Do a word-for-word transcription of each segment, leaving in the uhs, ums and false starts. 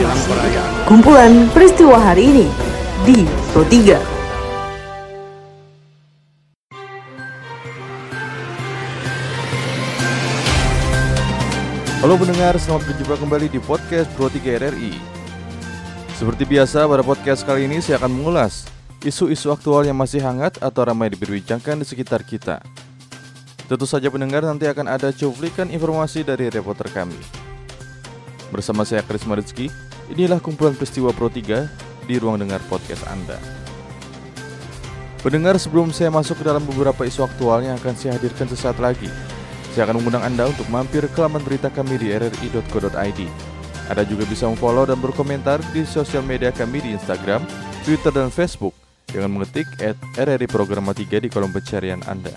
informasi kumpulan peristiwa hari ini di Pro tiga. Halo pendengar, selamat berjumpa kembali di podcast Pro tiga R R I. Seperti biasa, pada podcast kali ini saya akan mengulas isu-isu aktual yang masih hangat atau ramai diperbincangkan di sekitar kita. Tentu saja pendengar, nanti akan ada cuplikan informasi dari reporter kami. Bersama saya Karisma Rizky, inilah kumpulan peristiwa Pro tiga di ruang dengar podcast Anda. Pendengar, sebelum saya masuk ke dalam beberapa isu aktual yang akan saya hadirkan sesaat lagi, saya akan mengundang Anda untuk mampir ke laman berita kami di r r i dot co dot i d. Anda juga bisa memfollow dan berkomentar di sosial media kami di Instagram, Twitter, dan Facebook dengan mengetik et r r i programa tiga di kolom pencarian Anda.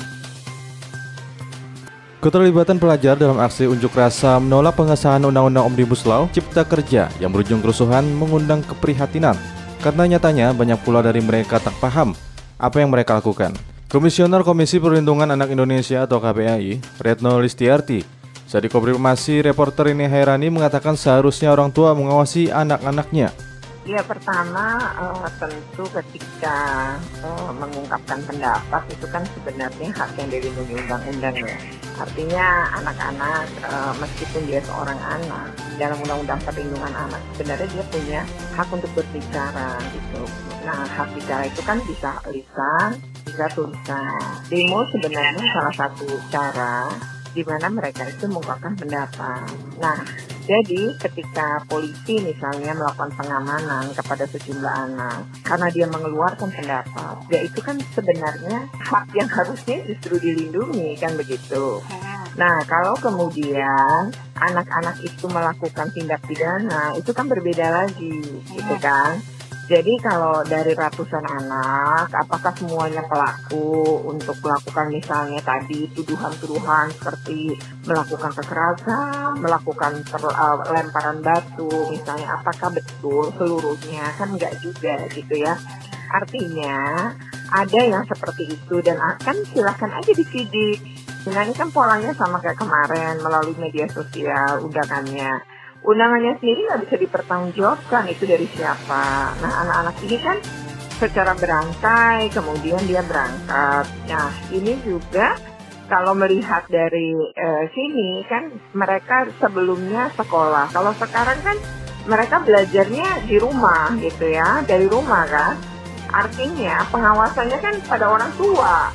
Keterlibatan pelajar dalam aksi unjuk rasa menolak pengesahan Undang-Undang Omnibus Law Cipta Kerja yang berujung kerusuhan mengundang keprihatinan, karena nyatanya banyak pula dari mereka tak paham apa yang mereka lakukan. Komisioner Komisi Perlindungan Anak Indonesia atau K P A I, Retno Listiarti, saat dikonfirmasi reporter ini Hairani mengatakan seharusnya orang tua mengawasi anak-anaknya. Ya, pertama uh, tentu ketika uh, mengungkapkan pendapat itu kan sebenarnya hak yang dilindungi undang-undang ya. Artinya anak-anak uh, meskipun dia seorang anak, dalam undang-undang perlindungan anak sebenarnya dia punya hak untuk berbicara gitu. Nah, hak bicara itu kan bisa lisan, bisa tulisan. Demo sebenarnya salah satu cara di mana mereka itu mengungkapkan pendapat. Nah, jadi ketika polisi misalnya melakukan pengamanan kepada sejumlah anak karena dia mengeluarkan pendapat, ya itu kan sebenarnya hak yang harusnya justru dilindungi, kan begitu. Nah, kalau kemudian anak-anak itu melakukan tindak pidana, itu kan berbeda lagi, gitu kan. Jadi kalau dari ratusan anak, apakah semuanya pelaku untuk melakukan misalnya tadi tuduhan-tuduhan seperti melakukan kekerasan, melakukan ter, uh, lemparan batu, misalnya apakah betul seluruhnya? Kan enggak juga gitu ya. Artinya ada yang seperti itu dan akan silakan aja disidik. Nah, ini kan polanya sama kayak kemarin melalui media sosial, undangannya. Undangannya sendiri nggak bisa dipertanggungjawabkan itu dari siapa. Nah, anak-anak ini kan secara berantai, kemudian dia berangkat. Nah, ini juga kalau melihat dari eh, sini kan mereka sebelumnya sekolah. Kalau sekarang kan mereka belajarnya di rumah gitu ya, dari rumah kan. Artinya pengawasannya kan pada orang tua.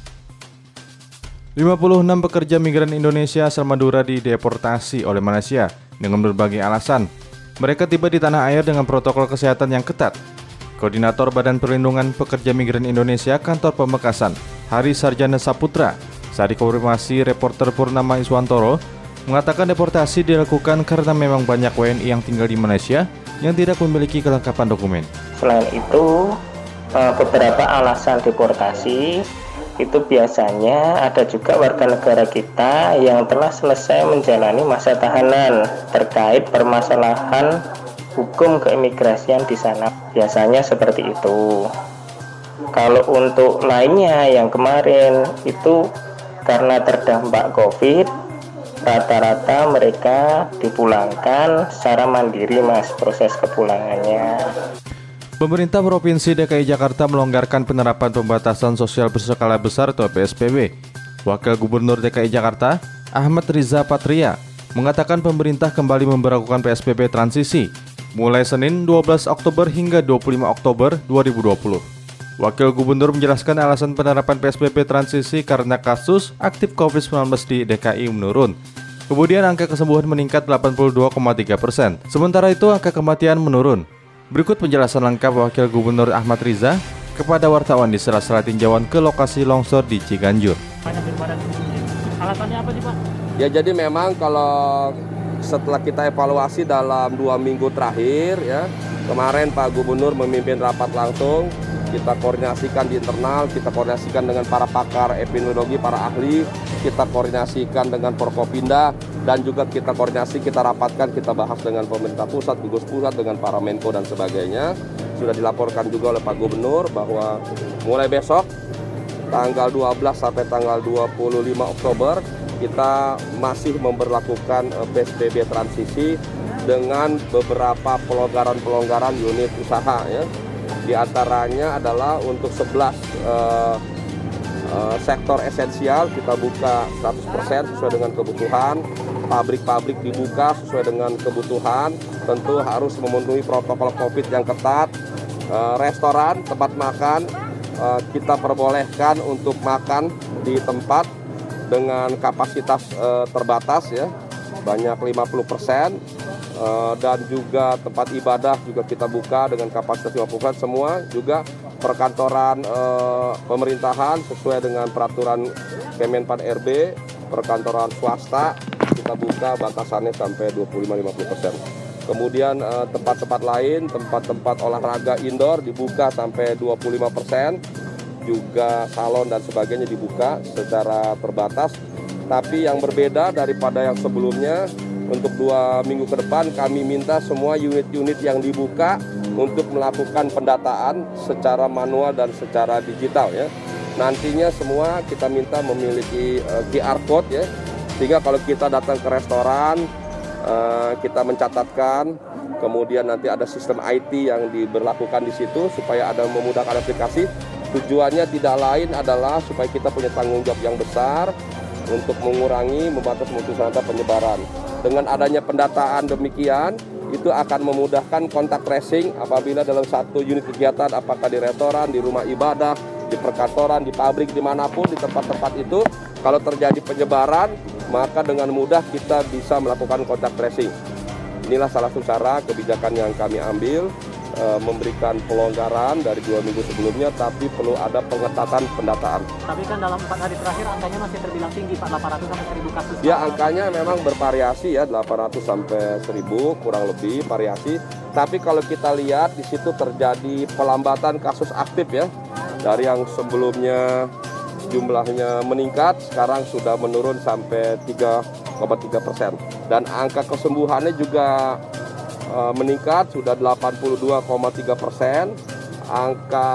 lima puluh enam pekerja migran Indonesia asal Madura dideportasi oleh Malaysia dengan berbagai alasan. Mereka tiba di tanah air dengan protokol kesehatan yang ketat. Koordinator Badan Perlindungan Pekerja Migran Indonesia Kantor Pamekasan, Hari Sarjana Saputra, saat dikonfirmasi reporter Purnama Iswantoro, mengatakan deportasi dilakukan karena memang banyak W N I yang tinggal di Malaysia yang tidak memiliki kelengkapan dokumen. Selain itu, beberapa alasan deportasi itu biasanya ada juga warga negara kita yang telah selesai menjalani masa tahanan terkait permasalahan hukum keimigrasian di sana. Biasanya seperti itu. Kalau untuk lainnya yang kemarin itu karena terdampak COVID, rata-rata mereka dipulangkan secara mandiri, Mas, proses kepulangannya. Pemerintah Provinsi D K I Jakarta melonggarkan penerapan pembatasan sosial berskala besar atau P S B B. Wakil Gubernur D K I Jakarta, Ahmad Riza Patria, mengatakan pemerintah kembali memberlakukan P S B B transisi mulai Senin dua belas Oktober hingga dua puluh lima Oktober dua ribu dua puluh. Wakil Gubernur menjelaskan alasan penerapan P S B B transisi karena kasus aktif covid sembilan belas di D K I menurun. Kemudian angka kesembuhan meningkat delapan puluh dua koma tiga persen. Sementara itu angka kematian menurun. Berikut penjelasan lengkap Wakil Gubernur Ahmad Riza kepada wartawan di sela-sela tinjauan ke lokasi longsor di Ciganjur. Alasannya apa sih, Pak? Ya, jadi memang kalau setelah kita evaluasi dalam dua minggu terakhir ya, kemarin Pak Gubernur memimpin rapat langsung, kita koordinasikan di internal, kita koordinasikan dengan para pakar epidemiologi, para ahli, kita koordinasikan dengan Forkopimda, dan juga kita koordinasi, kita rapatkan, kita bahas dengan pemerintah pusat, gugus pusat, dengan para Menko dan sebagainya. Sudah dilaporkan juga oleh Pak Gubernur bahwa mulai besok, tanggal dua belas sampai tanggal dua puluh lima Oktober, kita masih memberlakukan P S B B transisi dengan beberapa pelonggaran-pelonggaran unit usaha ya. Di antaranya adalah untuk sebelas uh, uh, sektor esensial kita buka seratus persen sesuai dengan kebutuhan. Pabrik-pabrik dibuka sesuai dengan kebutuhan, tentu harus memenuhi protokol COVID yang ketat. Uh, restoran, tempat makan, uh, kita perbolehkan untuk makan di tempat dengan kapasitas uh, terbatas ya, banyak lima puluh persen. Uh, dan juga tempat ibadah juga kita buka dengan kapasitas lima puluh persen. Semua juga perkantoran uh, pemerintahan sesuai dengan peraturan Kemenpan R B, perkantoran swasta kita buka batasannya sampai dua puluh lima sampai lima puluh persen. Kemudian uh, tempat-tempat lain, tempat-tempat olahraga indoor dibuka sampai dua puluh lima persen. Juga salon dan sebagainya dibuka secara terbatas. Tapi yang berbeda daripada yang sebelumnya, untuk dua minggu ke depan kami minta semua unit-unit yang dibuka untuk melakukan pendataan secara manual dan secara digital ya. Nantinya semua kita minta memiliki uh, Q R code ya, sehingga kalau kita datang ke restoran uh, kita mencatatkan, kemudian nanti ada sistem I T yang diberlakukan di situ supaya ada memudahkan aplikasi. Tujuannya tidak lain adalah supaya kita punya tanggung jawab yang besar untuk mengurangi, membatasi memutus rantai penyebaran. Dengan adanya pendataan demikian, itu akan memudahkan kontak tracing apabila dalam satu unit kegiatan, apakah di restoran, di rumah ibadah, di perkantoran, di pabrik, dimanapun, di tempat-tempat itu, kalau terjadi penyebaran, maka dengan mudah kita bisa melakukan kontak tracing. Inilah salah satu cara kebijakan yang kami ambil, e, memberikan pelonggaran dari dua minggu sebelumnya, tapi perlu ada pengetatan pendataan. Tapi kan dalam empat hari terakhir angkanya masih terbilang tinggi, Pak, delapan ratus sampai seribu kasus. Ya, angkanya memang bervariasi ya, delapan ratus sampai seribu kurang lebih variasi. Tapi kalau kita lihat di situ terjadi pelambatan kasus aktif ya. Dari yang sebelumnya jumlahnya meningkat, sekarang sudah menurun sampai tiga koma tiga persen. Dan angka kesembuhannya juga e, meningkat, sudah delapan puluh dua koma tiga persen. Angka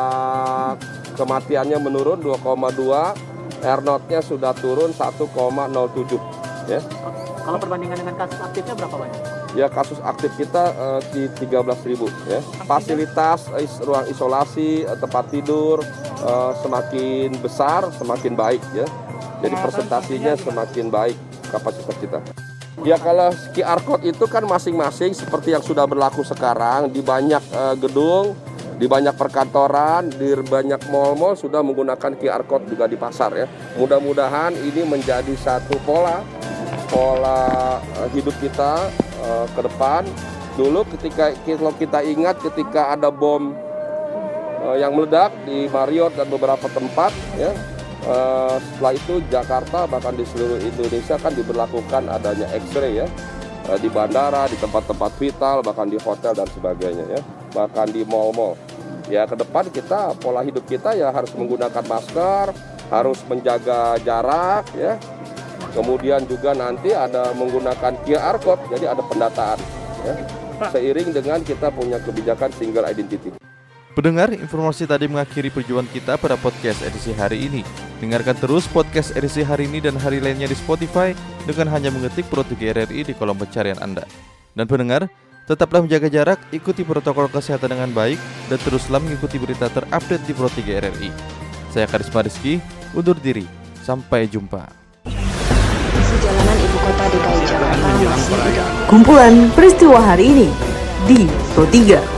kematiannya menurun dua koma dua, R zero-nya sudah turun satu koma nol tujuh. Ya. Kalau perbandingan dengan kasus aktifnya berapa banyak? Ya, kasus aktif kita uh, di tiga belas ribu ya. Fasilitas is, ruang isolasi, uh, tempat tidur uh, semakin besar, semakin baik ya. Jadi presentasinya semakin baik kapasitas kita. Ya, kalau Q R code itu kan masing-masing seperti yang sudah berlaku sekarang di banyak uh, gedung, di banyak perkantoran, di banyak mal-mal sudah menggunakan Q R code juga di pasar ya. Mudah-mudahan ini menjadi satu pola pola hidup kita uh, ke depan. Dulu ketika kalau kita ingat ketika ada bom uh, yang meledak di Marriott dan beberapa tempat ya, uh, setelah itu Jakarta bahkan di seluruh Indonesia kan diberlakukan adanya X-ray ya, uh, di bandara, di tempat-tempat vital, bahkan di hotel dan sebagainya ya, bahkan di mal-mal. Ya, ke depan kita pola hidup kita ya harus menggunakan masker, harus menjaga jarak ya. Kemudian juga nanti ada menggunakan Q R code, jadi ada pendataan ya. Seiring dengan kita punya kebijakan single identity. Pendengar, informasi tadi mengakhiri perjumpaan kita pada podcast edisi hari ini. Dengarkan terus podcast edisi hari ini dan hari lainnya di Spotify dengan hanya mengetik Pro tiga R R I di kolom pencarian Anda. Dan pendengar, tetaplah menjaga jarak, ikuti protokol kesehatan dengan baik, dan teruslah mengikuti berita terupdate di Pro tiga R R I. Saya Karisma Rizky, undur diri. Sampai jumpa. Jalanan ibu kota D K I Jakarta masih Kumpulan peristiwa hari ini di Pro tiga.